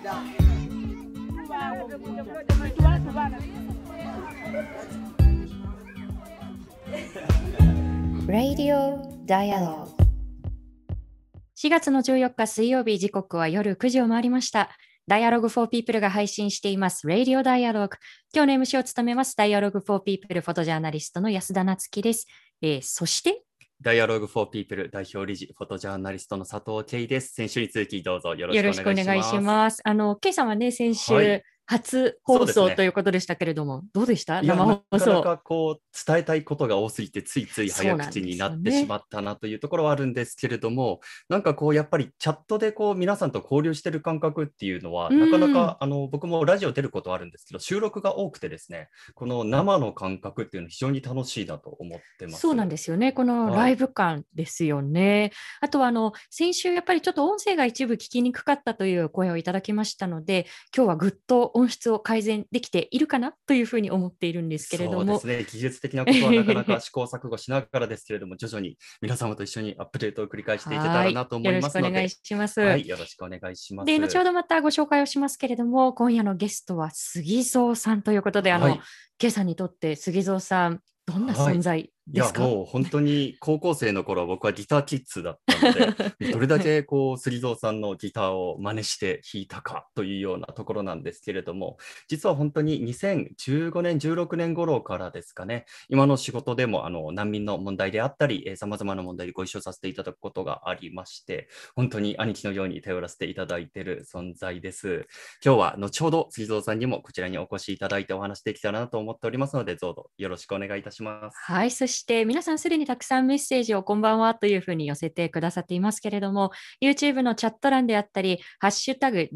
Radio Dialogue 4月の14日水曜日、時刻は夜9時を回りました。Dialogue for People が配信しています Radio Dialogue。今日の MC を務めます Dialogue for People フォトジャーナリストの安田なつきです。そして Dialogue for People 代表理事フォトジャーナリストの佐藤圭です。先週に続きどうぞよろしくお願いします。 圭さんはね、先週、初放送ということでしたけれども、どうでした？生放送。 なかなかこう伝えたいことが多すぎてついつい早口になってしまったなというところはあるんですけれども、なんかこうやっぱりチャットでこう皆さんと交流してる感覚っていうのは、なかなか僕もラジオ出ることはあるんですけど、収録が多くてですね、この生の感覚っていうのは非常に楽しいなと思ってます。 そうなんですよね。このライブ感ですよね。あとは先週やっぱりちょっと音声が一部聞きにくかったという声をいただきましたので、今日はぐっと音質を改善できているかなというふうに思っているんですけれども。 そうですね。技術的なことはなかなか試行錯誤しながらですけれども、徐々に皆様と一緒にアップデートを繰り返していけたらなと思いますので、 よろしくお願いします。 はい、よろしくお願いします。 で、後ほどまたご紹介をしますけれども、今夜のゲストは杉蔵さんということで、圭さんにとって杉蔵さん、どんな存在ですか？ いやもう本当に高校生の頃僕はギターキッズだったのでどれだけこう杉蔵さんのギターを真似して弾いたかというようなところなんですけれども、実は本当に2015年16年頃からですかね、今の仕事でも難民の問題であったりさまざまな問題でご一緒させていただくことがありまして、本当に兄貴のように頼らせていただいている存在です。今日は後ほど杉蔵さんにもこちらにお越しいただいてお話できたらなと思っておりますので、どうぞよろしくお願いいたします。 はい、そして皆さんすでにたくさんメッセージをこんばんはというふうに寄せてくださっていますけれども、 YouTube のチャット欄であったりハッシュタグ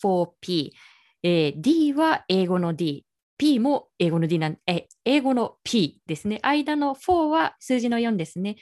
D4P、D は英語の D、 P も英語の D 英語の P ですね。間の4は数字の4ですね。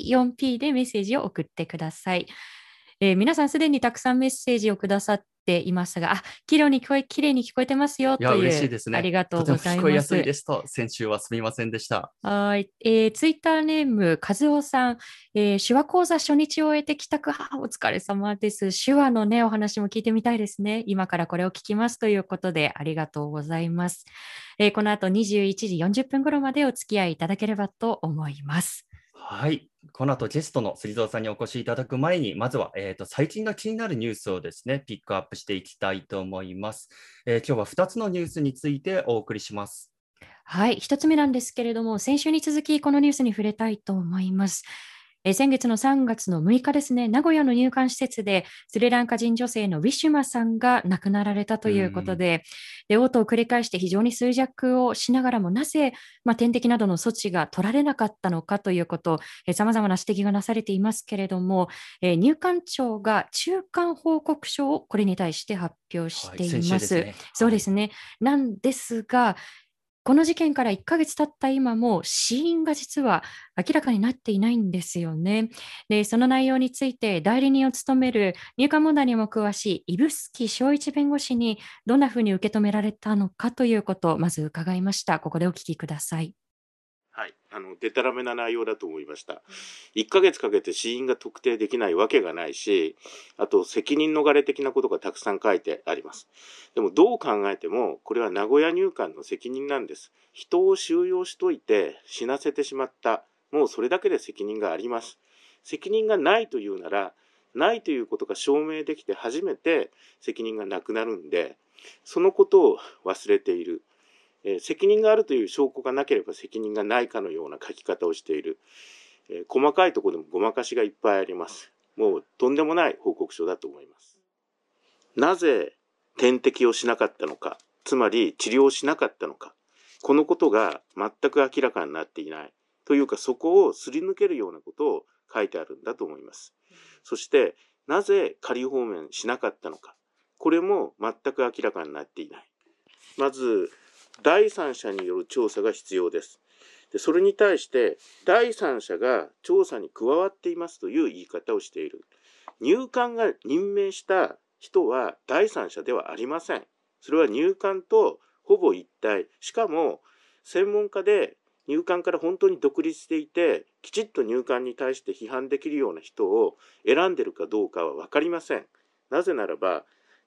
D4P でメッセージを送ってください。皆さんすでにたくさんメッセージをくださっていますが、きれいに聞こえてますよという。 嬉しいですね。 ありがとうございます。 とても聞こえやすいですと、先週はすみませんでした。 はい。ツイッターネーム和夫さん、手話講座初日を終えて帰宅、お疲れ様です。手話のねお話も聞いてみたいですね。今からこれを聞きますということでありがとうございます。この後21時40分頃までお付き合いいただければと思います。 はい、この後ゲストの杉蔵さんにお越しいただく前に、まずは、最近の気になるニュースをですね、ピックアップしていきたいと思います。今日は2つのニュースについてお送りします。 はい、1つ目なんですけれども、先週に続きこのニュースに触れたいと思います。先月の3月の6日ですね、名古屋の入管施設でスリランカ人女性のウィシュマさんが亡くなられたということで、嘔吐を繰り返して非常に衰弱をしながらも、なぜ、点滴などの措置が取られなかったのかということ、さまざまな指摘がなされていますけれども、入管庁が中間報告書をこれに対して発表しています。そうですね。なんですが、この事件から1ヶ月経った今も死因が実は明らかになっていないんですよね。で、その内容について代理人を務める入管問題にも詳しい指宿昭一弁護士にどんなふうに受け止められたのかということをまず伺いました。ここでお聞きください。 はい、でたらめな内容だと思いました。1ヶ月かけて死因が特定できないわけがないし、あと責任逃れ的なことがたくさん書いてあります。でもどう考えてもこれは名古屋入管の責任なんです。人を収容しといて死なせてしまった。もうそれだけで責任があります。責任がないというなら、ないということが証明できて初めて責任がなくなるんで、そのことを忘れている。責任があるという証拠がなければ責任がないかのような書き方をしている。細かいところでもごまかしがいっぱいあります。もうとんでもない報告書だと思います。なぜ点滴をしなかったのか、つまり治療をしなかったのか、このことが全く明らかになっていない。というかそこをすり抜けるようなことを書いてあるんだと思います。そしてなぜ仮放免しなかったのか、これも全く明らかになっていない。まず第三者による調査が必要です。で、それに対して第三者が調査に加わっていますという言い方をしている。入管が任命した人は第三者ではありません。それは入管とほぼ一体。しかも専門家で入管から本当に独立していて、きちっと入管に対して批判できるような人を選んでいるかどうかは分かりません。なぜならば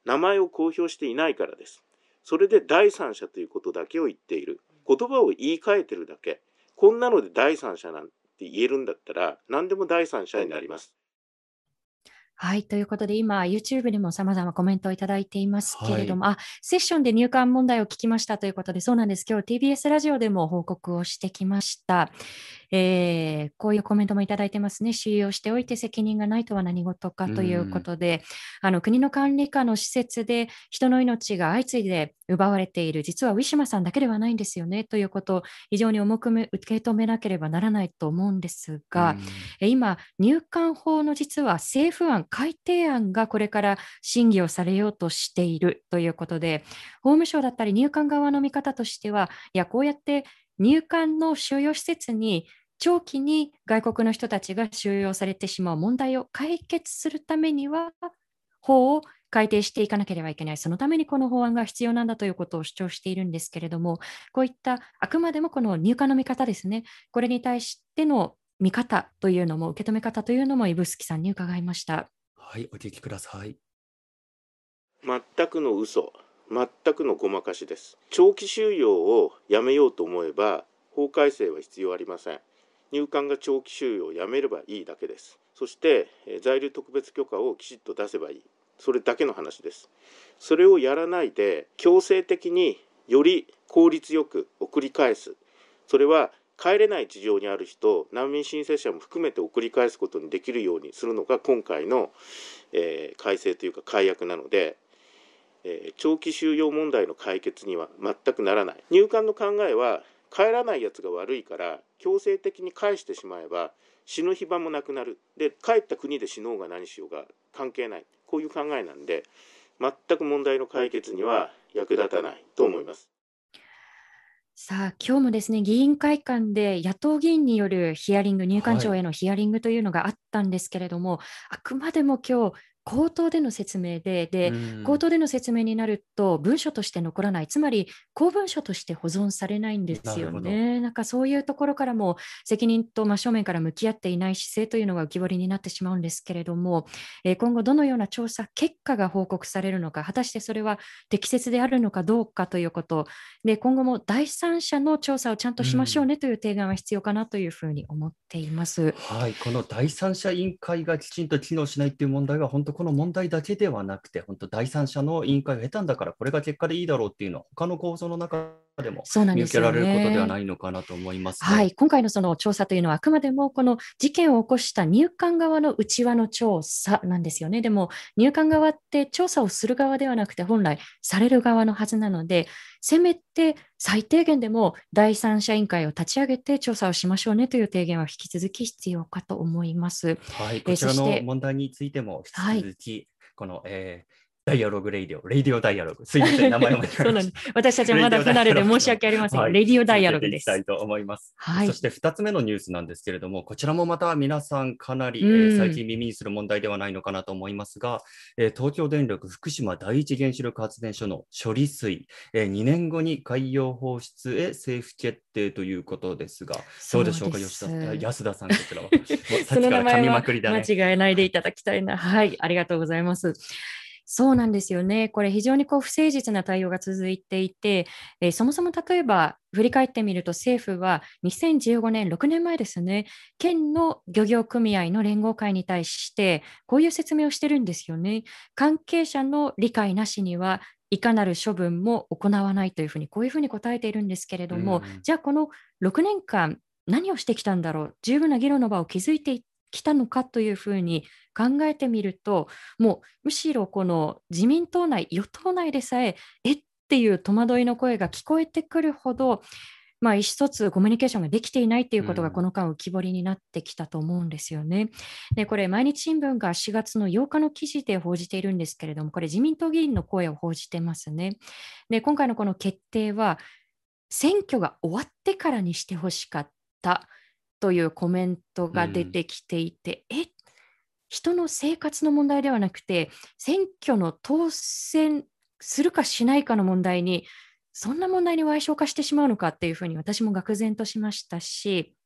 名前を公表していないからです。それで第三者ということだけを言っている。言葉を言い換えてるだけ。こんなので第三者なんて言えるんだったら、何でも第三者になります。 はい。ということで、今、YouTube でも様々コメントをいただいていますけれども、セッションで入管問題を聞きましたということで、そうなんです。今日 TBS ラジオでも報告をしてきました。こういうコメントもいただいてますね。収容しておいて責任がないとは何事かということで、国の管理下の施設で人の命が相次いで奪われている、実はウィシュマさんだけではないんですよね、ということを非常に重く受け止めなければならないと思うんですが、今、入管法の実は政府案、改定案がこれから審議をされようとしているということで、法務省だったり入管側の見方としては、いや、こうやって入管の収容施設に長期に外国の人たちが収容されてしまう問題を解決するためには、法を改定していかなければいけない。そのためにこの法案が必要なんだということを主張しているんですけれども、こういったあくまでもこの入管の見方ですね、これに対しての見方というのも、受け止め方というのも、指宿さんに伺いました。 はい、お聞きください。 全くの嘘、全くのごまかしです。長期収容をやめようと思えば、法改正は必要ありません。入管が長期収容をやめればいいだけです。そして在留特別許可をきちっと出せばいい。それだけの話です。それをやらないで強制的により効率よく送り返す。それは帰れない事情にある人、難民申請者も含めて送り返すことにできるようにするのが今回の、改正というか改悪なので、長期収容問題の解決には全くならない。入管の考えは帰らないやつが悪いから強制的に返してしまえば死ぬ暇もなくなる。で、帰った国で死のうが何しようが関係ない。こういう考えなんで、全く問題の解決には役立たないと思います。 さあ、今日もですね、議員会館で野党議員によるヒアリング、入管庁へのヒアリングというのがあったんですけれども、あくまでも今日、口頭での説明で、口頭での説明になると文書として残らない、つまり公文書として保存されないんですよね。なんかそういうところからも責任と真正面から向き合っていない姿勢というのが浮き彫りになってしまうんですけれども、今後どのような調査結果が報告されるのか、果たしてそれは適切であるのかどうかということで、今後も第三者の調査をちゃんとしましょうねという提案は必要かなというふうに思っています。 はい、この第三者委員会がきちんと機能しないという問題は、本当この問題だけではなくて、本当第三者の委員会が得たんだから、これが結果でいいだろうっていうのは、他の構造の中でも見受けられることではないのかなと思いますね。 はい、今回のその調査というのは、あくまでもこの事件を起こした入管側の内輪の調査なんですよね。でも、入管側って調査をする側ではなくて、本来される側のはずなので、せめて最低限でも第三者委員会を立ち上げて調査をしましょうねという提言は引き続き必要かと思います。 はい、こちらの問題についても引き続き、この、ダイアログレイディオダイアログ。すいません、名前を間違えました。そうなんです。 私たちはまだ不慣れで申し訳ありません。はい、レディオダイアログです。 続けていきたいと思います。はい、そして2つ目のニュースなんですけれども、こちらもまた皆さんかなり、最近耳にする問題ではないのかなと思いますが、東京電力福島第一原子力発電所の処理水、2年後に海洋放出へ政府決定ということですが、どうでしょうか、安田さん、こちらは。 その名前は間違えないでいただきたいな。はい、ありがとうございます。そうなんですよね。これ非常に不誠実な対応が続いていて、そもそも例えば振り返ってみると政府は2015年、6年前ですね、県の漁業組合の連合会に対してこういう説明をしてるんですよね。関係者の理解なしにはいかなる処分も行わないというふうに、こういうふうに答えているんですけれども、じゃあこの6年間何をしてきたんだろう、十分な議論の場を築いてきたのかというふうに考えてみると、もうむしろこの自民党内、与党内でさえ、っていう戸惑いの声が聞こえてくるほど、意思疎通、コミュニケーションができていないということがこの間浮き彫りになってきたと思うんですよね。で、これ毎日新聞が4月の8日の記事で報じているんですけれども、これ自民党議員の声を報じてますね。で、今回のこの決定は、選挙が終わってからにしてほしかったというコメントが出てきていて、人の生活の問題ではなくて、選挙の当選するかしないかの問題に、そんな問題に矮小化してしまうのかっていうふうに私も愕然としましたし、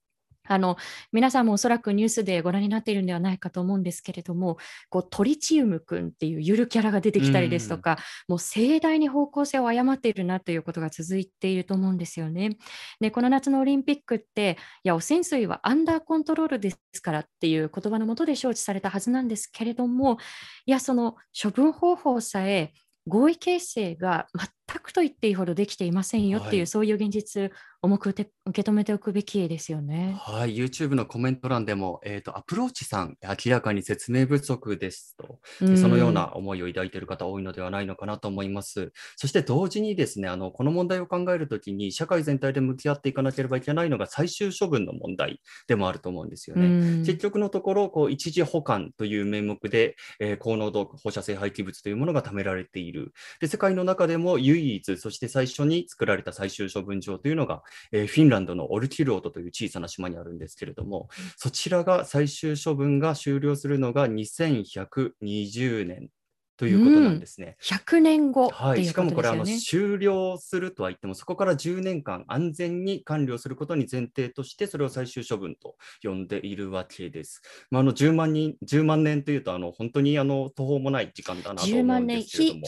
皆さんもおそらくニュースでご覧になっているんではないかと思うんですけれども、トリチウムくんっていうゆるキャラが出てきたりですとか、もう盛大に方向性を誤っているなということが続いていると思うんですよね。で、この夏のオリンピックって、いや、汚染水はアンダーコントロールですからっていう言葉のもとで招致されたはずなんですけれども、いや、その処分方法さえ合意形成が全くと言っていいほどできていませんよっていう、そういう現実、重く受け止めておくべきですよね。 はい、YouTube のコメント欄でも、アプローチさん、明らかに説明不足ですと、そのような思いを抱いている方多いのではないのかなと思います。そして同時にですね、この問題を考えるときに、社会全体で向き合っていかなければいけないのが最終処分の問題でもあると思うんですよね。結局のところ、一時保管という名目で、高濃度放射性廃棄物というものが貯められている。で、世界の中でも唯一、そして最初に作られた最終処分場というのが、フィンランドのオルキュロートという小さな島にあるんですけれども、そちらが最終処分が終了するのが2120年ということなんですね。 100年後はい、しかもこれ終了するとは言っても、そこから10年間安全に管理をすることに前提として、それを最終処分と呼んでいるわけです。10万年というと本当に途方もない時間だなと思うんですけれども。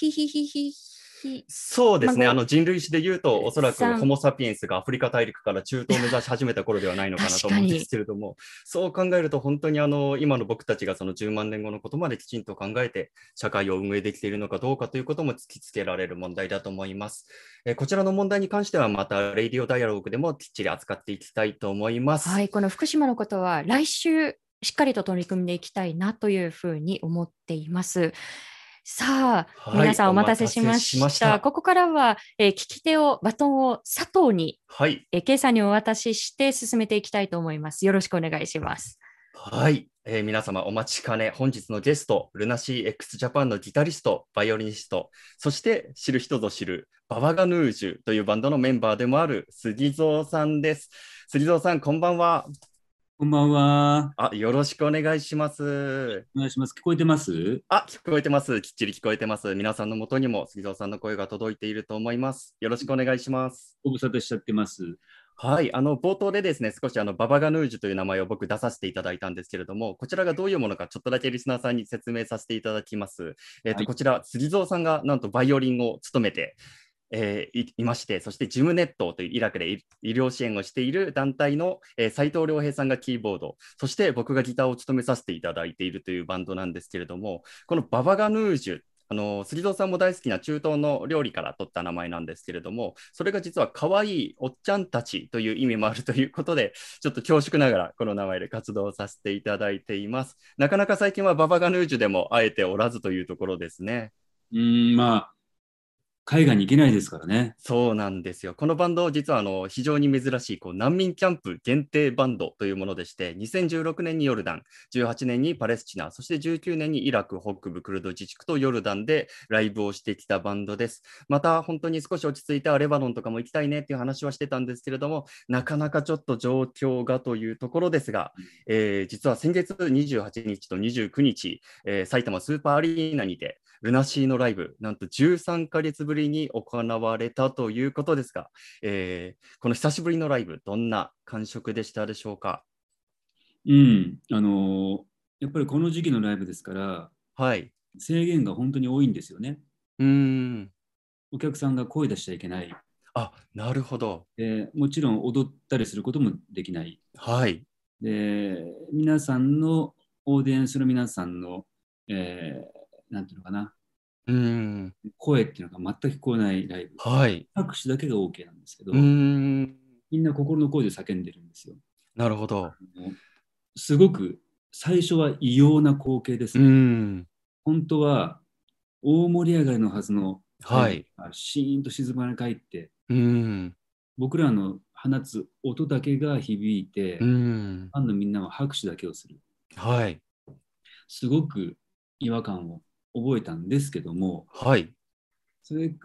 そうですね、人類史でいうと、おそらくホモ・サピエンスがアフリカ大陸から中東を目指し始めた頃ではないのかなと思うんですけれども、そう考えると、本当に今の僕たちがその10万年後のことまできちんと考えて、社会を運営できているのかどうかということも突きつけられる問題だと思います。こちらの問題に関しては、また、レイディオダイアログでもきっちり扱っていきたいと思います。 はい、この福島のことは、来週、しっかりと取り組んでいきたいなというふうに思っています。さあ、はい、皆さんお待たせしました。ここからは、聞き手を、バトンを佐藤に、 はい、 K さんにお渡しして進めていきたいと思います。よろしくお願いします。 はい、皆様お待ちかね、本日のゲスト、ルナシー X ジャパンのギタリスト、バイオリニスト、そして知る人ぞ知るババガヌージュというバンドのメンバーでもある杉蔵さんです。杉蔵さん、こんばんは。 こんばんは。 よろしくお願いします。 お願いします。聞こえてます？ 聞こえてます。きっちり聞こえてます。皆さんのもとにも杉蔵さんの声が届いていると思います。よろしくお願いします。 ご無沙汰しちゃってます。 はい、冒頭でですね、少しババガヌージュという名前を僕出させていただいたんですけれども、こちらがどういうものかちょっとだけリスナーさんに説明させていただきます。こちら、杉蔵さんがなんとバイオリンを務めて、いまして、そしてジムネットというイラクで医療支援をしている団体の斉藤良平さんがキーボード、そして僕がギターを務めさせていただいているというバンドなんですけれども、このババガヌージュ、杉蔵さんも大好きな中東の料理から取った名前なんですけれども、それが実は可愛いおっちゃんたちという意味もあるということで、ちょっと恐縮ながらこの名前で活動させていただいています。なかなか最近はババガヌージュでも会えておらずというところですね。 まあ海外に行けないですからね。 そうなんですよ。このバンド、実は非常に珍しい難民キャンプ限定バンドというものでして、2016年にヨルダン、18年にパレスチナ、そして19年にイラク北部クルド自治区とヨルダンでライブをしてきたバンドです。また本当に少し落ち着いたレバノンとかも行きたいねっていう話はしてたんですけれども、なかなかちょっと状況がというところですが、実は先月28日と29日、埼玉スーパーアリーナにて、ルナシーのライブ、なんと13ヶ月ぶりに行われたということですが、この久しぶりのライブ、どんな感触でしたでしょうか？ やっぱりこの時期のライブですから、 はい、 制限が本当に多いんですよね。お客さんが声出しちゃいけない。 なるほど。 もちろん踊ったりすることもできない。 はい。 で、皆さんの、オーディエンスの皆さんの、なんていうのかな、声っていうのが全く聞こえないライブ、 はい、 拍手だけが OK なんですけど、みんな心の声で叫んでるんですよ。 なるほど。 すごく最初は異様な光景ですね。本当は大盛り上がりのはずの、シーンと静まり返って、僕らの放つ音だけが響いて、ファンのみんなは拍手だけをする。 はい、 すごく違和感を覚えたんですけども、 はい、 それ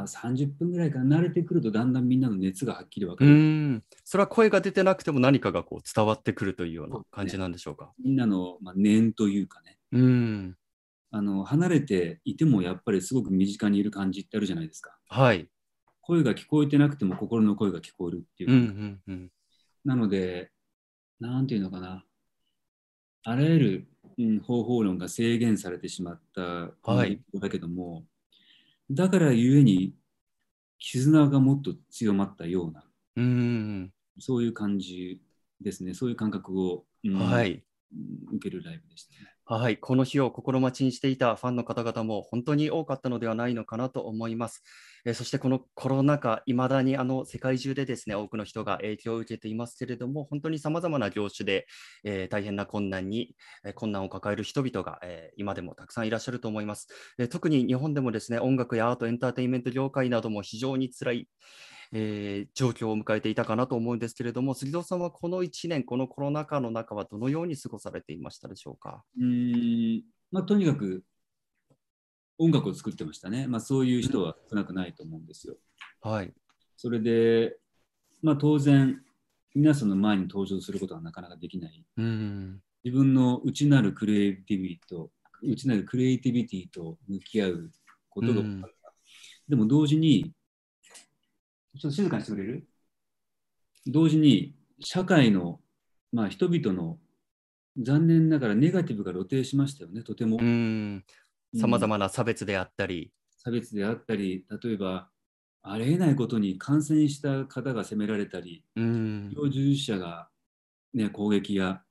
30分ぐらいから慣れてくるとだんだんみんなの熱がはっきり分かる。 それは声が出てなくても何かが伝わってくるというような感じなんでしょうか？ みんなの、念というかね、離れていてもやっぱりすごく身近にいる感じってあるじゃないですか。 はい、 声が聞こえてなくても心の声が聞こえるっていう。なのでなんていうのかな、あらゆる、方法論が制限されてしまったこのはい。 立法だけども、だからゆえに絆がもっと強まったような、 うーん。 そういう感じですね。そういう感覚を、 はい。 受けるライブでしたね。 はい、この日を心待ちにしていたファンの方々も本当に多かったのではないのかなと思います。そしてこのコロナ禍、いまだに世界中でですね、多くの人が影響を受けていますけれども、本当にさまざまな業種で、大変な困難を抱える人々が、今でもたくさんいらっしゃると思います。特に日本でもですね、音楽やアート、エンターテインメント業界なども非常に辛い状況を迎えていたかなと思うんですけれども、杉戸さんはこの1年、このコロナ禍の中はどのように過ごされていましたでしょうか。 とにかく音楽を作ってましたね。そういう人は少なくないと思うんですよ。 はい。 それで、当然、皆さんの前に登場することはなかなかできない。自分の内なるクリエイティビティと向き合うことが多かった。でも同時に、ちょっと静かにしてくれる？同時に、社会の、人々の残念ながらネガティブが露呈しましたよね、とても。 さまざまな差別であったり。 差別であったり、例えば、ありえないことに感染した方が責められたり、医療従事者が、攻撃や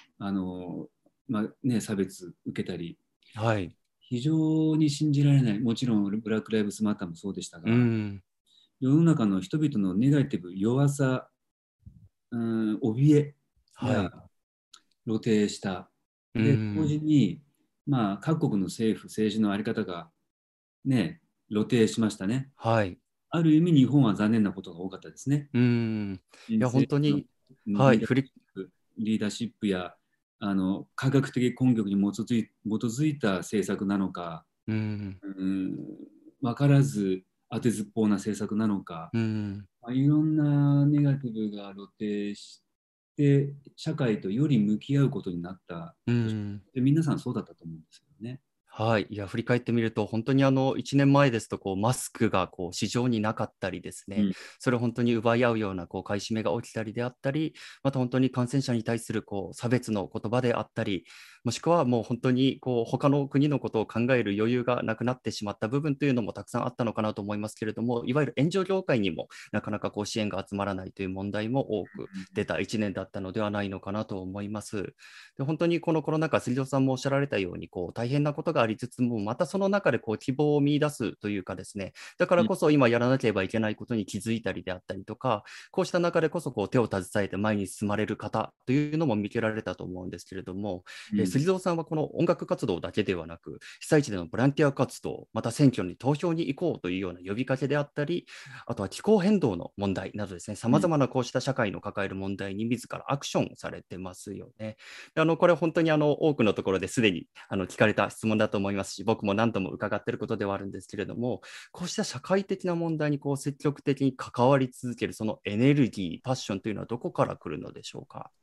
差別受けたり、 はい、 非常に信じられない、もちろんブラック・ライブズ・マターもそうでしたが、世の中の人々のネガティブ、弱さ、怯えが露呈した。で、同時に、各国の政府、政治の在り方が、露呈しましたね。 はい。 ある意味、日本は残念なことが多かったですね。 いや、本当に、 はい、リーダーシップや科学的根拠に基づいた政策なのか、分からず当てずっぽうな政策なのか、いろんなネガティブが露呈して社会とより向き合うことになった、で皆さんそうだったと思うんですよね。 はい、いや振り返ってみると本当に1年前ですとマスクが市場になかったりですね、それを本当に奪い合うような買い占めが起きたりであったり、また本当に感染者に対する差別の言葉であったり、もしくはもう本当に他の国のことを考える余裕がなくなってしまった部分というのもたくさんあったのかなと思いますけれども、いわゆる援助業界にもなかなか支援が集まらないという問題も多く出た1年だったのではないのかなと思います。で本当にこのコロナ禍、杉戸さんもおっしゃられたように大変なことがありつつも、またその中で希望を見出すというかですね、だからこそ今やらなければいけないことに気づいたりであったりとか、こうした中でこそ手を携えて前に進まれる方というのも見受けられたと思うんですけれども、杉戸さんはこの音楽活動だけではなく、被災地でのボランティア活動、また選挙に投票に行こうというような呼びかけであったり、あとは気候変動の問題などですね、さまざまなこうした社会の抱える問題に自らアクションされてますよね。これ本当に多くのところですでに聞かれた質問だと思いますし、僕も何度も伺っていることではあるんですけれども、こうした社会的な問題に積極的に関わり続けるそのエネルギー、パッションというのはどこから来るのでしょうか。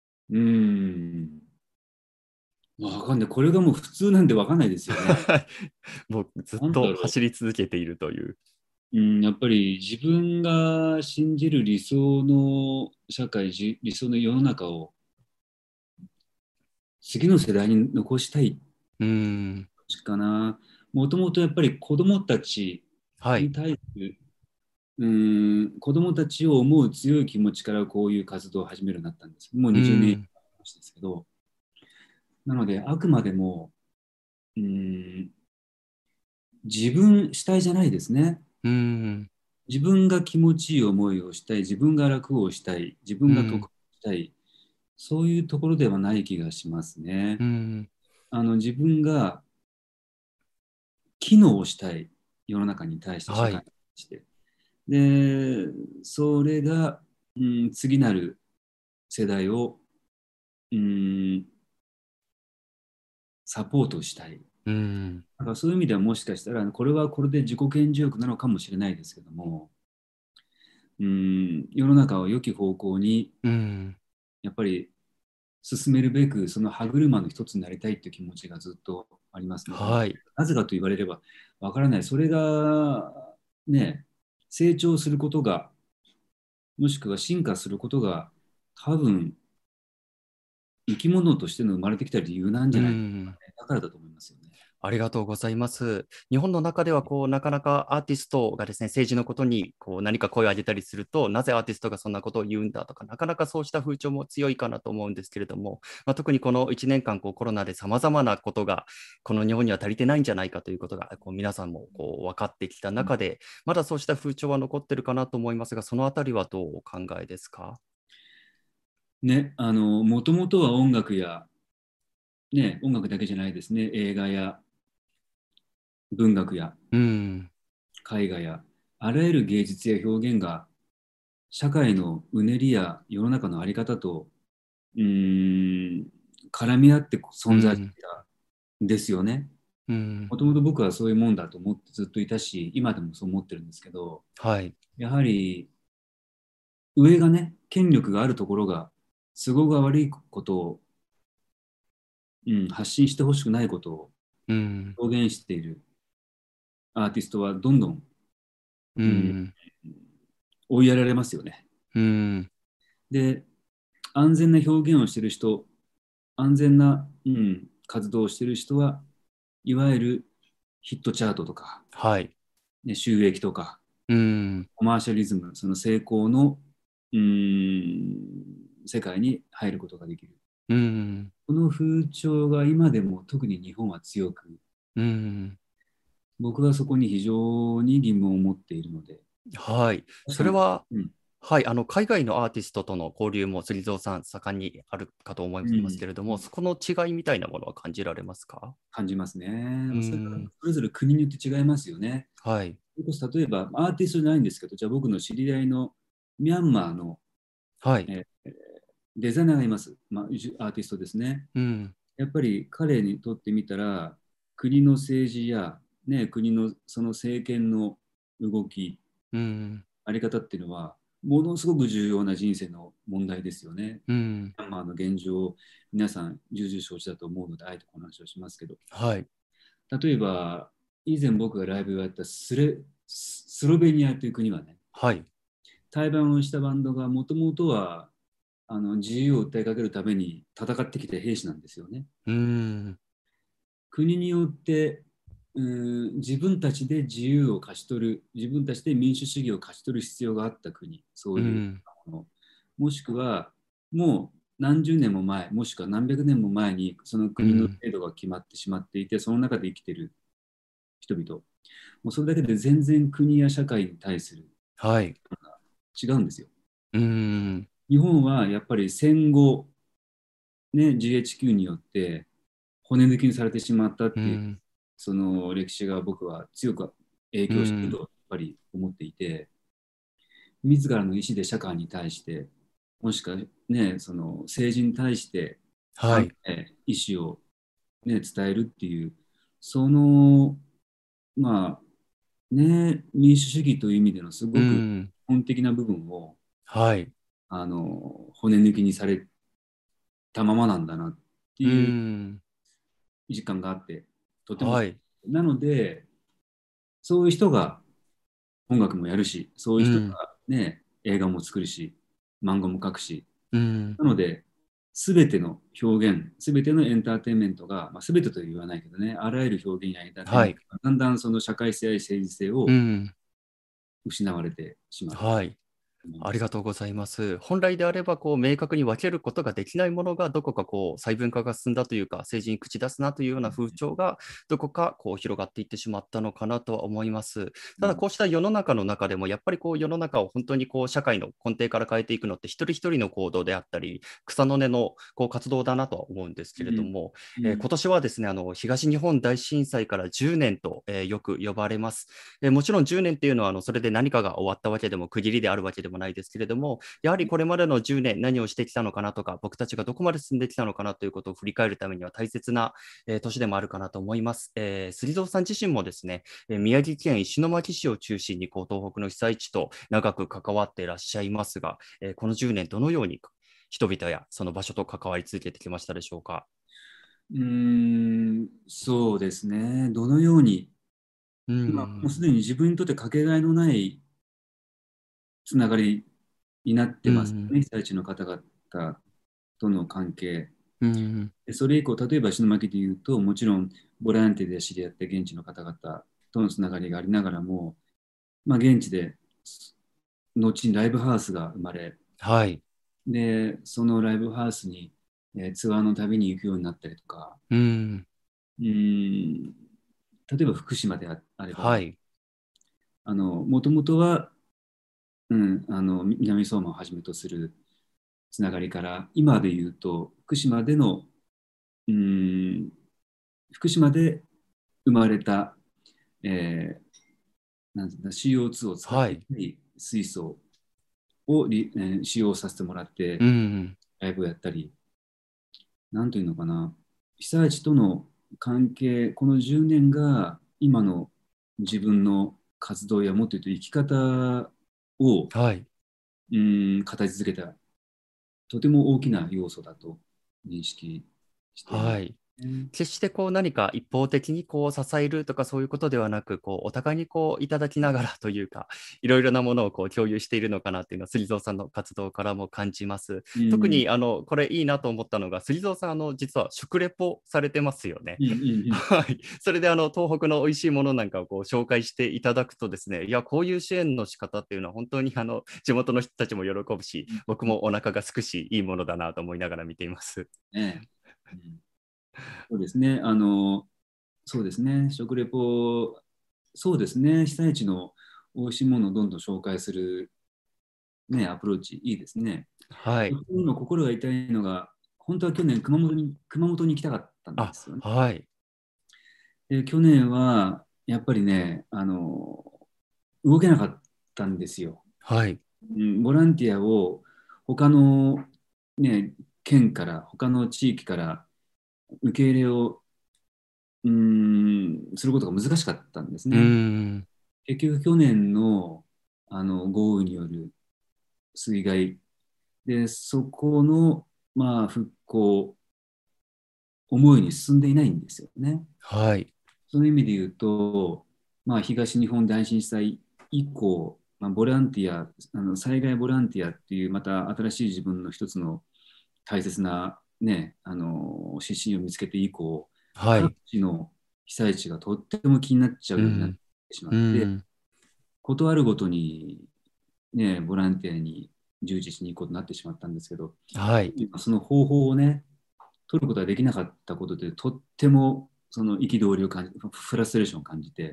わかんない。これがもう普通なんでわかんないですよね。 もうずっと走り続けているという。 やっぱり自分が信じる理想の社会、理想の世の中を次の世代に残したいかな。もともとやっぱり子どもたちに対する、子どもたちを思う強い気持ちからこういう活動を始めるようになったんです。もう20年以上ですけど、なのであくまでも自分主体じゃないですね。自分が気持ちいい思いをしたい、自分が楽をしたい、自分が得したい、そういうところではない気がしますね。自分が機能をしたい、世の中に対して、社会に対して。で、それが、次なる世代を、サポートしたい。だからそういう意味ではもしかしたらこれはこれで自己顕示欲なのかもしれないですけども、世の中を良き方向にやっぱり進めるべくその歯車の一つになりたいという気持ちがずっとありますね。なぜかと言われればわからない。それがね、成長することがもしくは進化することが多分生き物としての生まれてきた理由なんじゃないか、だからだと思いますよね。 ありがとうございます。日本の中ではなかなかアーティストがですね、政治のことに何か声を上げたりすると、なぜアーティストがそんなことを言うんだとか、なかなかそうした風潮も強いかなと思うんですけれども、特にこの1年間コロナでさまざまなことがこの日本には足りてないんじゃないかということが皆さんも分かってきた中で、まだそうした風潮は残ってるかなと思いますが、そのあたりはどうお考えですか？ ね、もともとは音楽や、ね、音楽だけじゃないですね、映画や文学や絵画や、あらゆる芸術や表現が社会のうねりや世の中の在り方と絡み合って存在してたんですよね。もともと僕はそういうもんだと思ってずっといたし、今でもそう思ってるんですけど、 はい、 やはり上がね、権力があるところが都合が悪いことを、発信してほしくないことを表現しているアーティストはどんどん、追いやられますよね。で、安全な表現をしている人、安全な、活動をしている人はいわゆるヒットチャートとか、 はいね、収益とか、コマーシャリズム、その成功の世界に入ることができる。この風潮が今でも特に日本は強く、僕はそこに非常に疑問を持っているので。 はい、それは、はい、海外のアーティストとの交流も釣蔵さん盛んにあるかと思いますけれども、そこの違いみたいなものは感じられますか？ 感じますね。それぞれ国によって違いますよね。 はい。 例えばアーティストじゃないんですけど、じゃあ僕の知り合いのミャンマーの、デザイナーがいます、アーティストですね。やっぱり彼にとってみたら、国の政治や、国のその政権の動き、あり方っていうのは、ものすごく重要な人生の問題ですよね。ミャンマーの現状を皆さん重々承知だと思うので、あえてお話をしますけど、 はい、 例えば、以前僕がライブをやったスロベニアという国はね、 はい、 対バンをしたバンドがもともとは自由を訴えかけるために戦ってきた兵士なんですよね。国によって自分たちで自由を勝ち取る、自分たちで民主主義を勝ち取る必要があった国、そういうもの、もしくはもう何十年も前、もしくは何百年も前にその国の制度が決まってしまっていて、その中で生きている人々、もうそれだけで全然国や社会に対する違うんですよ。日本はやっぱり戦後、GHQ によって骨抜きにされてしまったっていう、その歴史が僕は強く影響しているとやっぱり思っていて、自らの意思で社会に対して、もしくはその政治に対して、意思を、伝えるっていう、その民主主義という意味でのすごく本的な部分を、骨抜きにされたままなんだなっていう実感があって、とても、なのでそういう人が音楽もやるし、そういう人が映画も作るし、漫画も描くし、なので全ての表現、全てのエンターテインメントが、全てとは言わないけどね、あらゆる表現やエンターテインメントがだんだんその社会性や政治性を失われてしまう。 ありがとうございます。本来であれば明確に分けることができないものがどこか細分化が進んだというか、政治に口出すなというような風潮がどこか広がっていってしまったのかなとは思います。ただこうした世の中の中でもやっぱり世の中を本当に社会の根底から変えていくのって一人一人の行動であったり草の根の活動だなとは思うんですけれども、今年はですね東日本大震災から10年と、よく呼ばれます。もちろん10年っていうのはそれで何かが終わったわけでも区切りであるわけでもないですけれども、やはりこれまでの10年何をしてきたのかなとか、僕たちがどこまで進んできたのかなということを振り返るためには大切な、年でもあるかなと思います。釣蔵さん自身もですね、宮城県石巻市を中心に東北の被災地と長く関わっていらっしゃいますが、この10年どのように人々やその場所と関わり続けてきましたでしょうか？ そうですね、どのように、もうすでに自分にとってかけがえのないつながりになってますね、被災地の方々との関係。 でそれ以降、例えば石巻で言うと、もちろんボランティアで知り合って現地の方々とのつながりがありながらも、現地で後にライブハウスが生まれ、 はい。 で、そのライブハウスに、ツアーの旅に行くようになったりとか、例えば福島であれば、 はい。 もともとは、南相馬をはじめとするつながりから、今で言うと、福島で生まれた、なんていうの CO2 を使っていない水素を使用させてもらって、ライブをやったり、なんというのかな、被災地との関係、この10年が今の自分の活動やもっと言うと生き方を、形づけた、とても大きな要素だと認識しています。 はい。決してこう何か一方的にこう支えるとかそういうことではなく、こうお互いにこういただきながらというか、いろいろなものをこう共有しているのかなっていうのは、杉蔵さんの活動からも感じます。特にこれいいなと思ったのが、杉蔵さん実は食レポされてますよね。はい。それで東北の美味しいものなんかをこう紹介していただくとですね、いや、こういう支援の仕方っていうのは本当に地元の人たちも喜ぶし、僕もお腹がすくし、いいものだなと思いながら見ています。 そうですね。そうですね。食レポ、そうですね。被災地の美味しいものをどんどん紹介する、ね、アプローチ、いいですね。 はい。 今、心が痛いのが、本当は去年熊本に行きたかったんですよね。 はい。 で、去年は、やっぱりね、動けなかったんですよ。 はい。 ボランティアを他の、ね、県から、他の地域から受け入れをすることが難しかったんですね。結局去年の、豪雨による水害で、そこの、復興、思いに進んでいないんですよね。 はい。 その意味で言うと、東日本大震災以降、ボランティア、災害ボランティアっていうまた新しい自分の一つの大切な、ね、指針を見つけて以降、各地の被災地がとっても気になっちゃうようになってしまって、ことあるごとに、ね、ボランティアに従事しに行くことになってしまったんですけど、その方法をね、取ることができなかったことで、とってもその憤りを感じ、フラストレーションを感じて、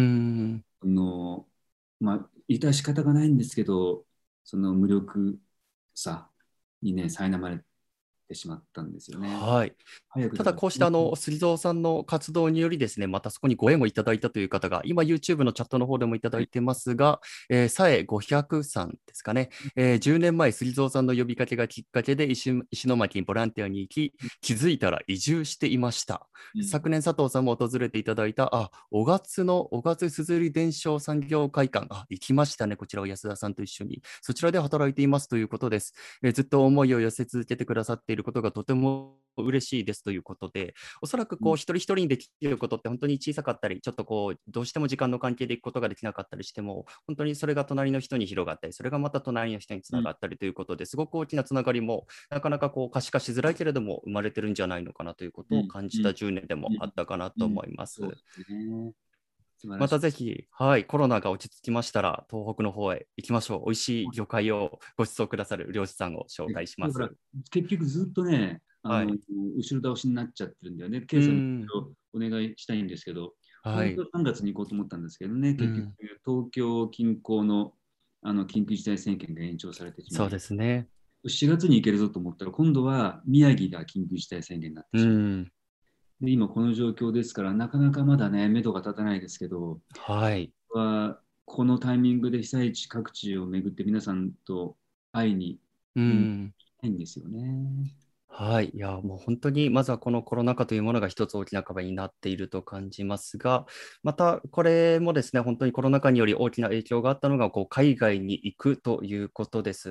致し方がないんですけど、その無力さにね、苛まれてしまったんですよね。 はい。ただこうした杉蔵さんの活動によりですね、またそこにご縁をいただいたという方が、今 YouTube のチャットの方でもいただいてますが、さえ500さんですかね、10年前杉蔵さんの呼びかけがきっかけで石巻にボランティアに行き、気づいたら移住していました。昨年佐藤さんも訪れていただいた小勝すずり伝承産業会館、行きましたね、こちらを安田さんと一緒に、そちらで働いていますということです。ずっと思いを寄せ続けてくださっていることがとても嬉しいですということで、おそらくこう一人一人にできることって本当に小さかったり、ちょっとこうどうしても時間の関係で行くことができなかったりしても、本当にそれが隣の人に広がったり、それがまた隣の人につながったりということで、すごく大きなつながりもなかなかこう可視化しづらいけれども生まれてるんじゃないのかなということを感じた10年でもあったかなと思います。またぜひ、はい、コロナが落ち着きましたら、東北の方へ行きましょう。美味しい魚介をご馳走くださる漁師さんを紹介します。 結局ずっとね、後ろ倒しになっちゃってるんだよね。ケイさんにお願いしたいんですけど、本当は3月に行こうと思ったんですけどね、結局、東京近郊の緊急事態宣言が延長されてしまう。 そうですね。 4月に行けるぞと思ったら、今度は宮城が緊急事態宣言になってしまう。で今この状況ですから、なかなかまだね、目処が立たないですけど、このタイミングで被災地各地を巡って皆さんと会いに行きたいんですよね。 はい、いやもう本当にまずはこのコロナ禍というものが一つ大きな壁になっていると感じますが、またこれもですね、本当にコロナ禍により大きな影響があったのがこう海外に行くということです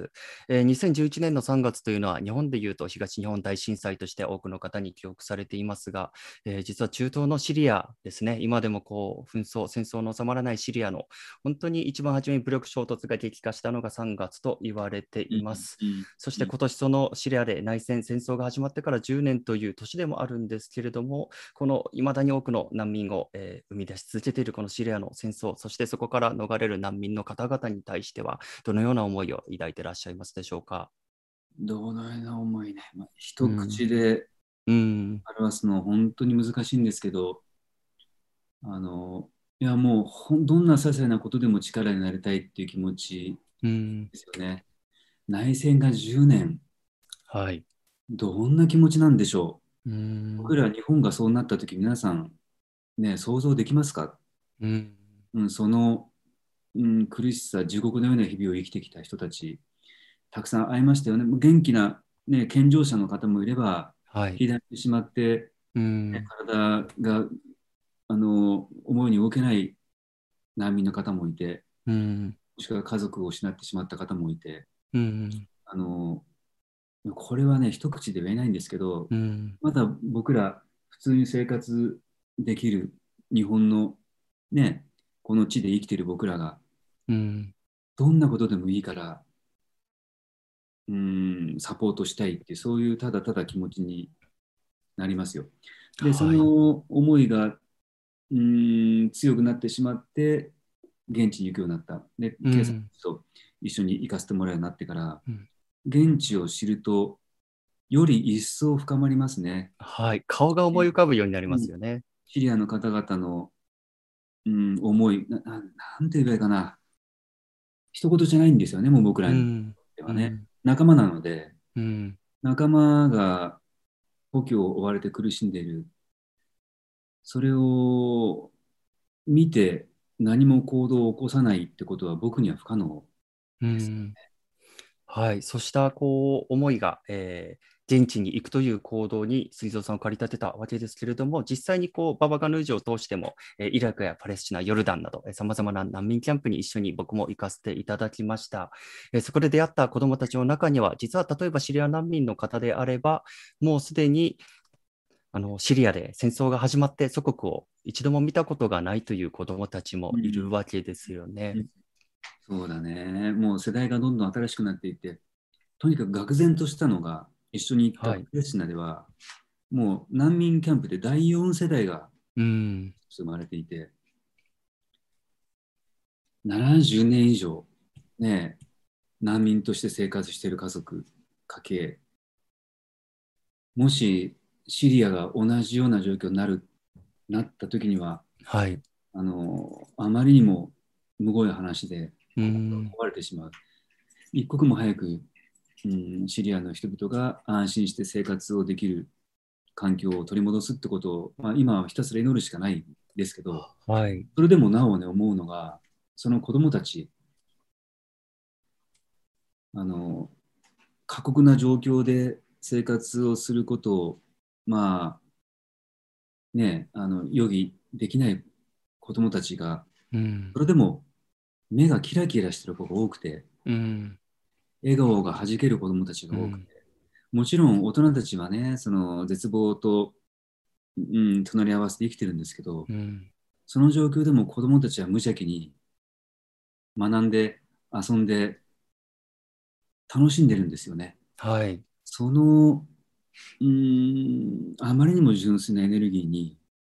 。2011年の3月というのは日本でいうと東日本大震災として多くの方に記憶されていますが、実は中東のシリアですね、今でもこう戦争の収まらないシリアの本当に一番初めに武力衝突が激化したのが3月と言われています。そして今年そのシリアで内戦、戦争争が始まってから10年という年でもあるんですけれども、この未だに多くの難民を、生み出し続けているこのシリアの戦争、そしてそこから逃れる難民の方々に対しては、どのような思いを抱いていらっしゃいますでしょうか。 どのような思いね、一口で表すのは本当に難しいんですけど、いやもうどんな些細なことでも力になりたいっていう気持ちですよね。内戦が10年、 はい、 どんな気持ちなんでしょう。僕ら日本がそうなった時、皆さん、ね、想像できますか。その、苦しさ、地獄のような日々を生きてきた人たち、たくさん会いましたよね。元気な、ね、健常者の方もいれば、肥大してしまって、体が思いに動けない難民の方もいて、もしくは家族を失ってしまった方もいて、これはね、一口で言えないんですけど、まだ僕ら普通に生活できる日本のね、この地で生きている僕らが、どんなことでもいいからサポートしたいっていう、そういうただただ気持ちになりますよ。で、その思いが強くなってしまって、現地に行くようになった。で、警察と一緒に行かせてもらうようになってから、現地を知ると、より一層深まりますね。 はい、顔が思い浮かぶようになりますよね。 シリアの方々の、思いなんて言えばいいかな。一言じゃないんですよね、もう僕らにではね。仲間なので、仲間が故郷を追われて苦しんでいる。それを見て何も行動を起こさないってことは僕には不可能ですね。 はい、そうした思いが、現地に行くという行動にSＵGIZOさんを駆り立てたわけですけれども、実際にババガヌージを通しても、イラクやパレスチナ、ヨルダンなど、さまざまな難民キャンプに一緒に僕も行かせていただきました。そこで出会った子どもたちの中には、実は例えばシリア難民の方であれば、もうすでにシリアで戦争が始まって祖国を一度も見たことがないという子どもたちもいるわけですよね。 そうだね。もう世代がどんどん新しくなっていて、とにかく愕然としたのが、一緒に行ったパレスチナでは、もう難民キャンプで第4世代が生まれていて、70年以上、ね、難民として生活している家族、家計、もしシリアが同じような状況になった時には、あまりにもむごい話で壊れてしまう。一刻も早く、シリアの人々が安心して生活をできる環境を取り戻すってことを、今はひたすら祈るしかないんですけど、それでもなおね、思うのが、その子供たち、過酷な状況で生活をすることを、予期できない子供たちが、それでも目がキラキラしてる子が多くて、笑顔がはじける子供たちが多くて、もちろん大人たちはね、その絶望と、隣り合わせで生きてるんですけど、その状況でも子供たちは無邪気に学んで遊んで楽しんでるんですよね。そのあまりにも純粋なエネルギーに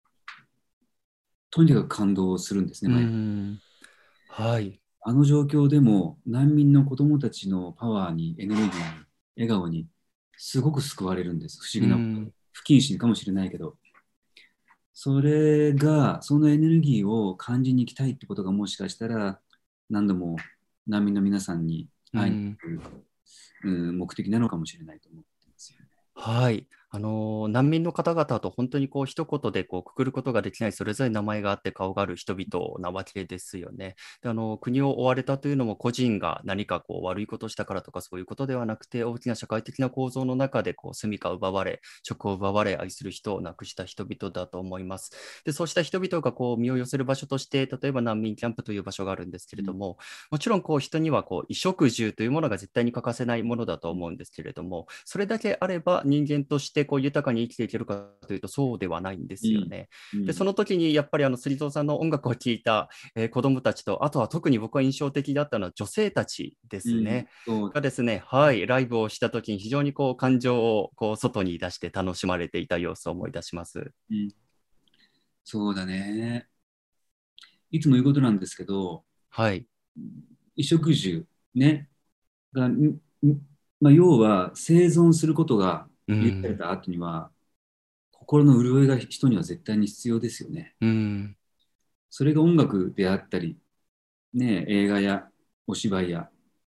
とにかく感動するんですね。あの状況でも難民の子供たちのパワーにエネルギーに笑顔にすごく救われるんです。不思議なこと。不謹慎かもしれないけど、それがそのエネルギーを感じに行きたいってことがもしかしたら何度も難民の皆さんに会いに行く、目的なのかもしれないと思ってますよね。 はい、難民の方々と本当に一言でくくることができないそれぞれ名前があって顔がある人々なわけですよね。で国を追われたというのも個人が何か悪いことをしたからとかそういうことではなくて、大きな社会的な構造の中で住処を奪われ、職を奪われ、愛する人を亡くした人々だと思います。でそうした人々が身を寄せる場所として、例えば難民キャンプという場所があるんですけれども、もちろん人には衣食住というものが絶対に欠かせないものだと思うんですけれども、それだけあれば人間としてしてこう豊かに生きていけるかというとそうではないんですよね。で、その、 の時にやっぱり芹蔵さんの音楽を聴いた、子どもたちと、あとは特に僕は印象的だったのは女性たちですね。がですね、はい、ライブをした時に非常にこう感情をこう外に出して楽しまれていた様子を思い出します。 そうだね。いつも言うことなんですけど、 はい。 衣食住ね、が、まあ、要は生存することが許された後には、心の潤いが人には絶対に必要ですよね。それが音楽であったり、ね、映画やお芝居や、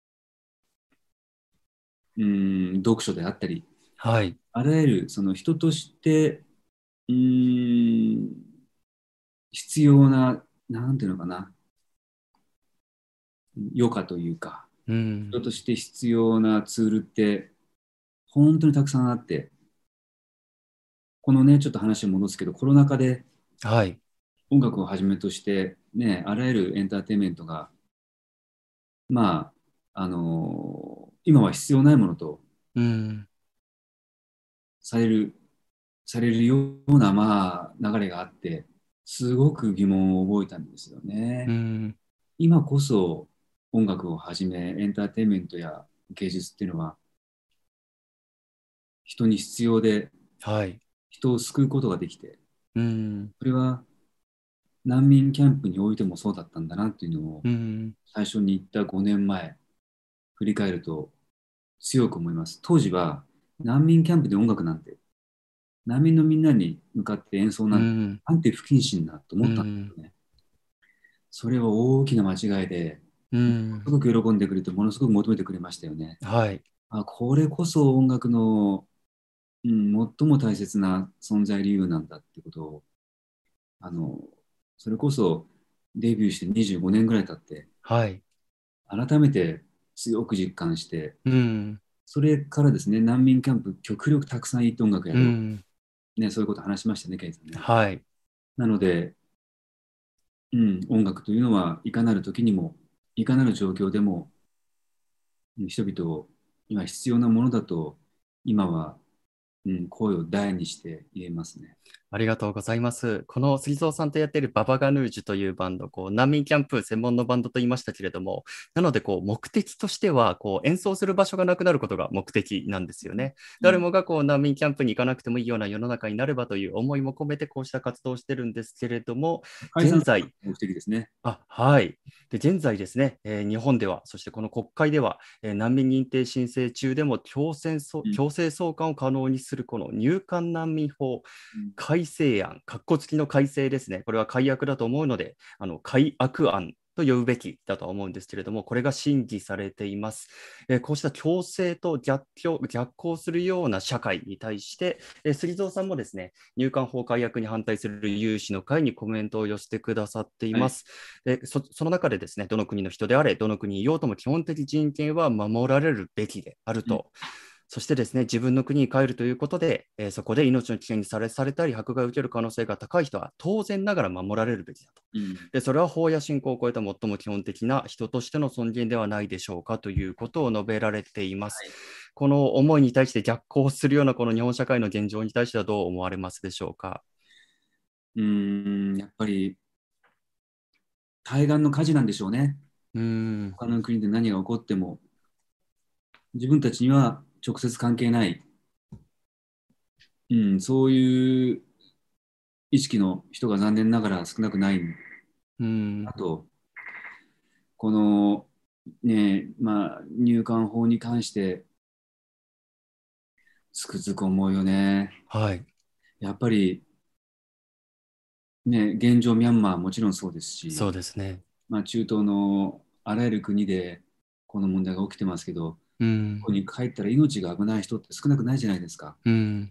読書であったり、 はい。 あらゆるその人として、必要な、なんていうのかな、余暇というか、人として必要なツールって本当にたくさんあって、このね、ちょっと話を戻すけど、コロナ禍で音楽をはじめとして、ね、あらゆるエンターテインメントが、まあ、今は必要ないものとされるような、まあ、流れがあって、すごく疑問を覚えたんですよね。今こそ音楽をはじめ、エンターテインメントや芸術っていうのは、人に必要で、人を救うことができて、それは難民キャンプにおいてもそうだったんだなっていうのを、最初に言った5年前、振り返ると強く思います。当時は難民キャンプで音楽なんて、難民のみんなに向かって演奏なんて、なんて不謹慎だと思ったんですよね。それは大きな間違いで、すごく喜んでくれて、ものすごく求めてくれましたよね。これこそ音楽の、最も大切な存在理由なんだってことを、それこそデビューして25年ぐらい経って、改めて強く実感して、それからですね、難民キャンプ、極力たくさん行って音楽やる、そういうこと話しましたね、ケイさんね。なので、音楽というのはいかなる時にも、いかなる状況でも、人々を今必要なものだと、今は、声を大にして言えますね。 ありがとうございます。この杉蔵さんとやっているババガヌージュというバンド、難民キャンプ専門のバンドと言いましたけれども、なので目的としては演奏する場所がなくなることが目的なんですよね。誰もが難民キャンプに行かなくてもいいような世の中になればという思いも込めてこうした活動をしてるんですけれども、現在、 目的ですね。 で現在ですね、日本では、そしてこの国会では、難民認定申請中でも強制送還を可能にするこの入管難民法改正案、括弧付きの改正ですね、これは改悪だと思うので、改悪案と呼ぶべきだと思うんですけれども、これが審議されています。こうした強制と逆行するような社会に対して、杉蔵さんもですね、入管法改悪に反対する有志の会にコメントを寄せてくださっています。その中でですね、どの国の人であれ、どの国にいようとも基本的人権は守られるべきであると。そしてですね、自分の国に帰るということで、そこで命の危険にされたり、迫害を受ける可能性が高い人は当然ながら守られるべきだと。でそれは法や信仰を超えた最も基本的な人としての尊厳ではないでしょうかということを述べられています。この思いに対して逆行するようなこの日本社会の現状に対してはどう思われますでしょうか。 やっぱり対岸の火事なんでしょうね。他の国で何が起こっても自分たちには直接関係ない、そういう意識の人が残念ながら少なくない。あと、このね、入管法に関してつくづく思うよね。やっぱりね、現状ミャンマーもちろんそうですし、 そうですね。 中東のあらゆる国でこの問題が起きてますけど、ここに帰ったら命が危ない人って少なくないじゃないですか。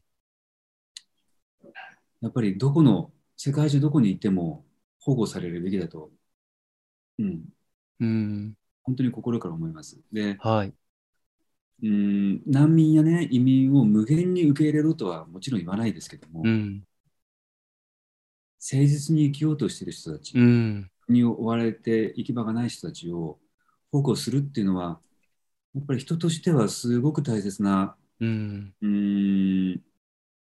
やっぱり世界中どこに行っても保護されるべきだと、本当に心から思います。で、難民やね、移民を無限に受け入れろとはもちろん言わないですけども、誠実に生きようとしている人たち、に追われて行き場がない人たちを保護するっていうのは、やっぱり人としてはすごく大切な、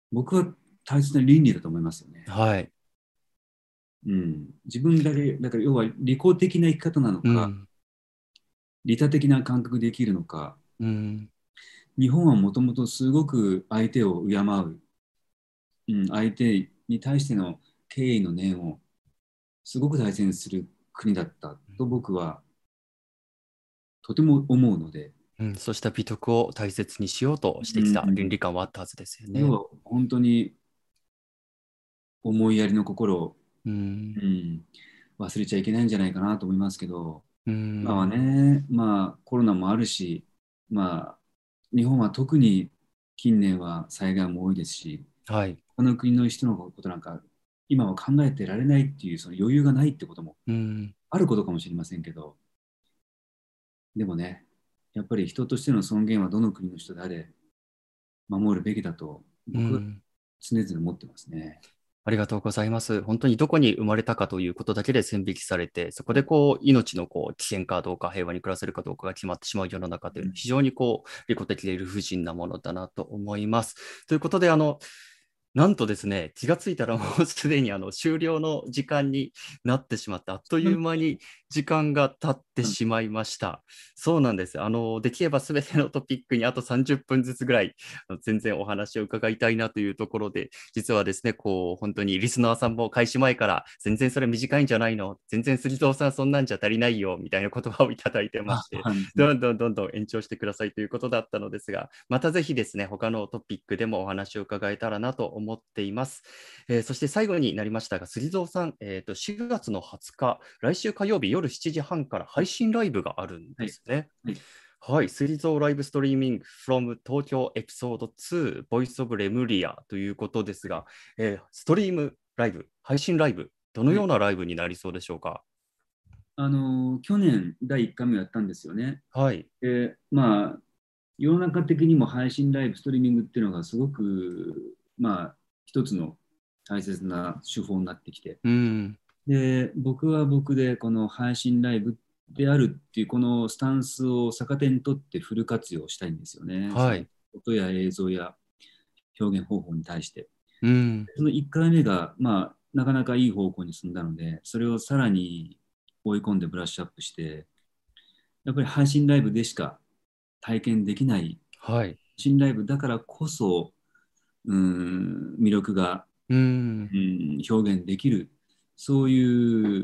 僕は大切な倫理だと思いますよね。 はい。 自分だけ、だから要は利己的な生き方なのか、利他的な感覚で生きるのか、日本はもともとすごく相手を敬う、相手に対しての敬意の念をすごく大切にする国だったと僕はとても思うので、 そうした美徳を大切にしようとしてきた倫理観はあったはずですよね。 要は本当に思いやりの心を、忘れちゃいけないんじゃないかなと思いますけど、今はね、コロナもあるし、日本は特に近年は災害も多いですし、他の国の人のことなんか今は考えてられないっていうその余裕がないってこともあることかもしれませんけど、でもね、やっぱり人としての尊厳はどの国の人であれ守るべきだと僕は常々思ってますね。 ありがとうございます。本当にどこに生まれたかということだけで線引きされて、そこで命の危険かどうか、平和に暮らせるかどうかが決まってしまう世の中というのは、非常に利己的で理不尽なものだなと思います。ということで、なんとですね、気がついたらもうすでに終了の時間になってしまった。あっという間に時間が経ってしまいました。そうなんです。できれば全てのトピックにあと30分ずつぐらい、全然お話を伺いたいなというところで、実はですね、本当にリスナーさんも開始前から、全然それ短いんじゃないの？全然杉蔵さんそんなんじゃ足りないよ、みたいな言葉をいただいてまして、どんどん延長してくださいということだったのですが、またぜひですね、他のトピックでもお話を伺えたらなと思っています。そして最後になりましたが、杉蔵さん、4月の20日、来週火曜日夜7時半から配信ライブがあるんですね。はい、杉蔵ライブストリーミング from 東京エピソード2 Voice of Lemuria ということですが、ストリームライブ、配信ライブ、どのようなライブになりそうでしょうか？ 去年第1回目やったんですよね。 はい。 世の中的にも配信ライブ、ストリーミングっていうのがすごく、一つの大切な手法になってきて、で、僕は僕でこの配信ライブであるっていうこのスタンスを逆手にとってフル活用したいんですよね。 はい。 音や映像や表現方法に対して。 その1回目が、なかなかいい方向に進んだので、それをさらに追い込んでブラッシュアップして、やっぱり配信ライブでしか体験できない、配信ライブだからこそ、魅力が、表現できる、そういう、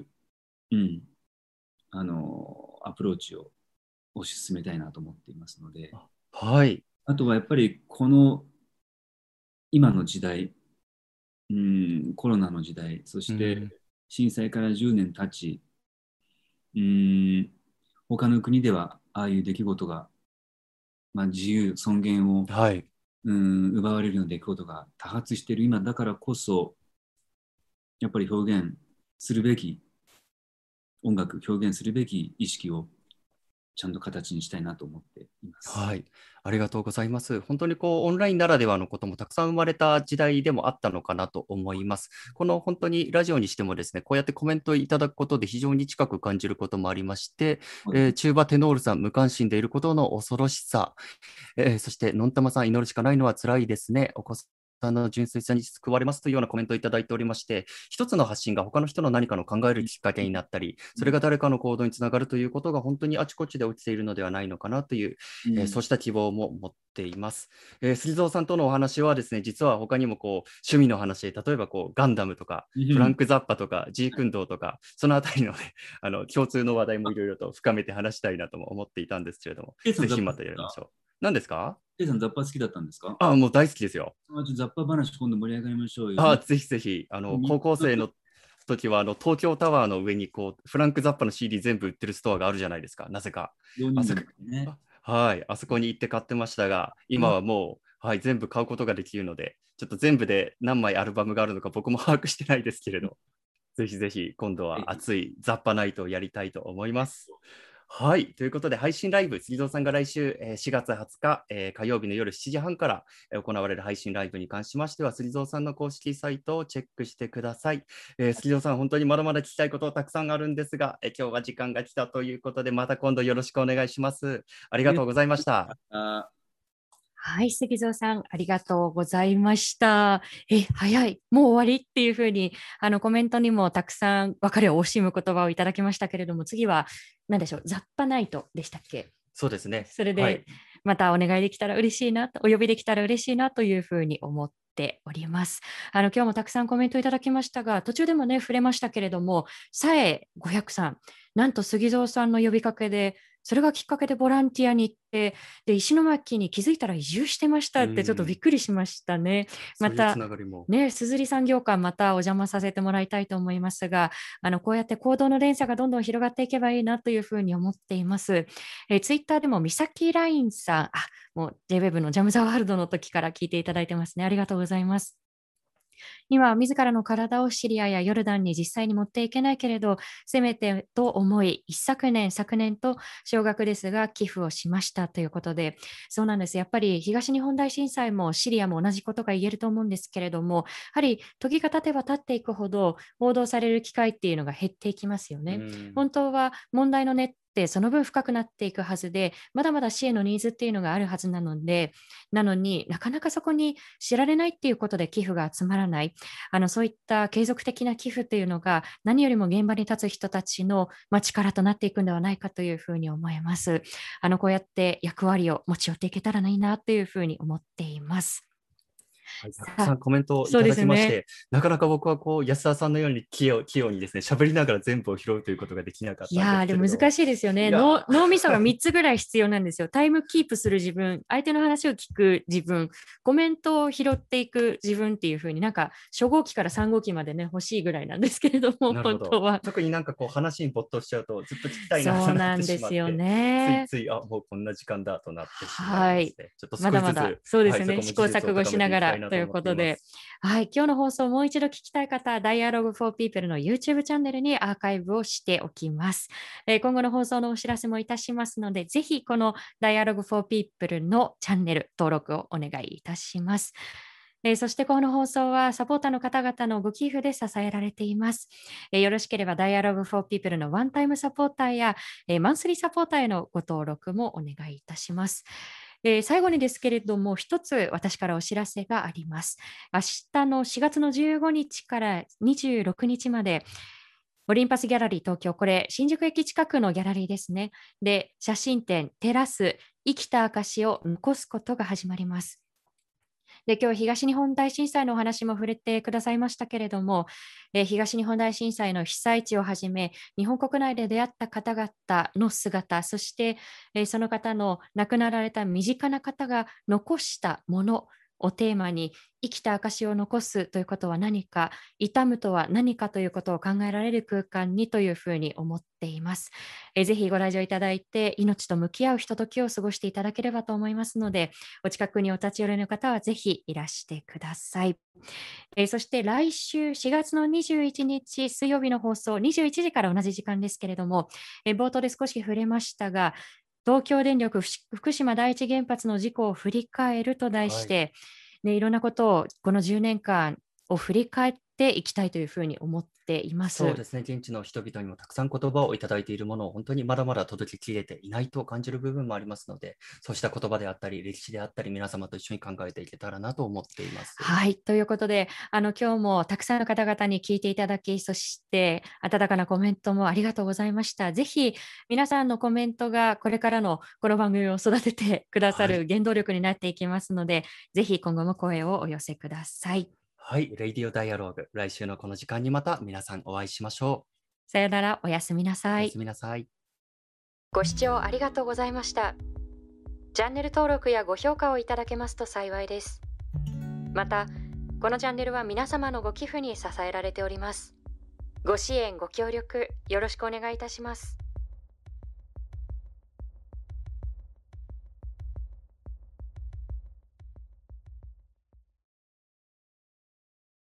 アプローチを推し進めたいなと思っていますので、あとはやっぱりこの今の時代、コロナの時代、そして震災から10年経ち、他の国ではああいう出来事が、自由、尊厳を、奪われるような出来事が多発している今だからこそ、やっぱり表現するべき、音楽、表現するべき意識をちゃんと形にしたいなと思っています。 はい、ありがとうございます。本当にオンラインならではのこともたくさん生まれた時代でもあったのかなと思います。この本当にラジオにしてもですね、こうやってコメントいただくことで非常に近く感じることもありまして、チューバテノールさん、無関心でいることの恐ろしさ、そしてのんたまさん、祈るしかないのは辛いですね。お子さんの純粋さに救われますというようなコメントをいただいておりまして、一つの発信が他の人の何かの考えるきっかけになったり、それが誰かの行動につながるということが本当にあちこちで起きているのではないのかなという、そうした希望も持っています。杉蔵さんとのお話はですね、実は他にも趣味の話で、例えばガンダムとか、フランク・ザッパとか、ジークンドーとか、そのあたりの、ね、共通の話題もいろいろと深めて話したいなとも思っていたんですけれども、ぜひまたやりましょう。何ですか？ ケイさん、ザッパ好きだったんですか？ もう大好きですよ。 ザッパ話、今度盛り上がりましょうよ。 ぜひぜひ、高校生の時は東京タワーの上にフランク・ザッパの CD 全部売ってるストアがあるじゃないですか、なぜか。あそこに行って買ってましたが、今はもう、全部買うことができるので、ちょっと全部で何枚アルバムがあるのか僕も把握してないですけれど、ぜひぜひ今度は熱いザッパナイトをやりたいと思います。はい。ということで、配信ライブ、杉蔵さんが来週4月20日、火曜日の夜7時半から行われる配信ライブに関しましては、杉蔵さんの公式サイトをチェックしてください。杉蔵さん、本当にまだまだ聞きたいことたくさんあるんですが、今日は時間が来たということで、また今度よろしくお願いします。ありがとうございました。 はい、杉蔵さん、ありがとうございました。早い、もう終わりっていうふうに、コメントにもたくさん別れを惜しむ言葉をいただきましたけれども、次は、何でしょう、ザッパナイトでしたっけ？ そうですね。 それで、またお願いできたら嬉しいな、お呼びできたら嬉しいなというふうに思っております。今日もたくさんコメントいただきましたが、途中でもね、触れましたけれども、さえ500さん、なんと杉蔵さんの呼びかけで、それがきっかけでボランティアに行って、で、石巻に気づいたら移住してましたってちょっとびっくりしましたね。また、ね、すずり産業館またお邪魔させてもらいたいと思いますが、こうやって行動の連鎖がどんどん広がっていけばいいなというふうに思っています。ツイッターでも三崎ラインさん、もう JWEB のジャム・ザ・ワールドの時から聞いていただいてますね。ありがとうございます。今、自らの体をシリアやヨルダンに実際に持っていけないけれど、せめてと思い、昨年と少額ですが寄付をしましたということで、そうなんです。やっぱり東日本大震災もシリアも同じことが言えると思うんですけれども、やはり時が経てば経っていくほど報道される機会っていうのが減っていきますよね。本当は問題の根ってその分深くなっていくはずで、まだまだ支援のニーズっていうのがあるはずなのになかなかそこに知られないっていうことで寄付が集まらない。そういった継続的な寄付というのが何よりも現場に立つ人たちの力となっていくんではないかというふうに思います。こうやって役割を持ち寄っていけたらいいなというふうに思っています。 たくさんコメントをいただきまして、なかなか僕は安田さんのように器用にですね、喋りながら全部を拾うということができなかったんですけれど。 いやでも難しいですよね。脳みそが3つぐらい必要なんですよ。タイムキープする自分、相手の話を聞く自分、コメントを拾っていく自分っていう風に初号機から3号機までね、欲しいぐらいなんですけれども、本当は。 特に話に没頭しちゃうとずっと聞きたいなとなってしまって、そうなんですよね。 ついもうこんな時間だとなってしまいますね。ちょっとまだまだそうですね、試行錯誤しながらということで、はい、今日の放送をもう一度聞きたい方は Dialogue for People の YouTube チャンネルにアーカイブをしておきます。今後の放送のお知らせもいたしますので、ぜひこの Dialogue for People のチャンネル登録をお願いいたします。そしてこの放送はサポーターの方々のご寄付で支えられています。よろしければ Dialogue for People のワンタイムサポーターやマンスリーサポーターへのご登録もお願いいたします。最後にですけれども、一つ私からお知らせがあります。明日の4月の15日から26日まで、オリンパスギャラリー東京、これ新宿駅近くのギャラリーですね。で、写真展テラス生きた証を残すことが始まります。で、今日東日本大震災のお話も触れてくださいましたけれども、東日本大震災の被災地をはじめ、日本国内で出会った方々の姿、そして、その方の亡くなられた身近な方が残したものをテーマに、生きた証を残すということは何か、悼むとは何かということを考えられる空間にというふうに思っています。ぜひご来場いただいて、命と向き合うひとときを過ごしていただければと思いますので、お近くにお立ち寄りの方はぜひいらしてください。そして来週4月の21日水曜日の放送、21時から同じ時間ですけれども、冒頭で少し触れましたが、東京電力福島第一原発の事故を振り返ると題して、いろんなことをこの10年間を振り返っていきたいというふうに思っています。 そうですね、現地の人々にもたくさん言葉をいただいているものを本当にまだまだ届けきれていないと感じる部分もありますので、そうした言葉であったり歴史であったり皆様と一緒に考えていけたらなと思っています。 はい、ということで今日もたくさんの方々に聞いていただき、そして温かなコメントもありがとうございました。ぜひ皆さんのコメントがこれからのこの番組を育ててくださる原動力になっていきますので、ぜひ今後も声をお寄せください。 はい、レディオダイアローグ、来週のこの時間にまた皆さんお会いしましょう。 さよなら、おやすみなさい。 おやすみなさい。 ご視聴ありがとうございました。チャンネル登録やご評価をいただけますと幸いです。また、このチャンネルは皆様のご寄付に支えられております。ご支援、ご協力、よろしくお願いいたします。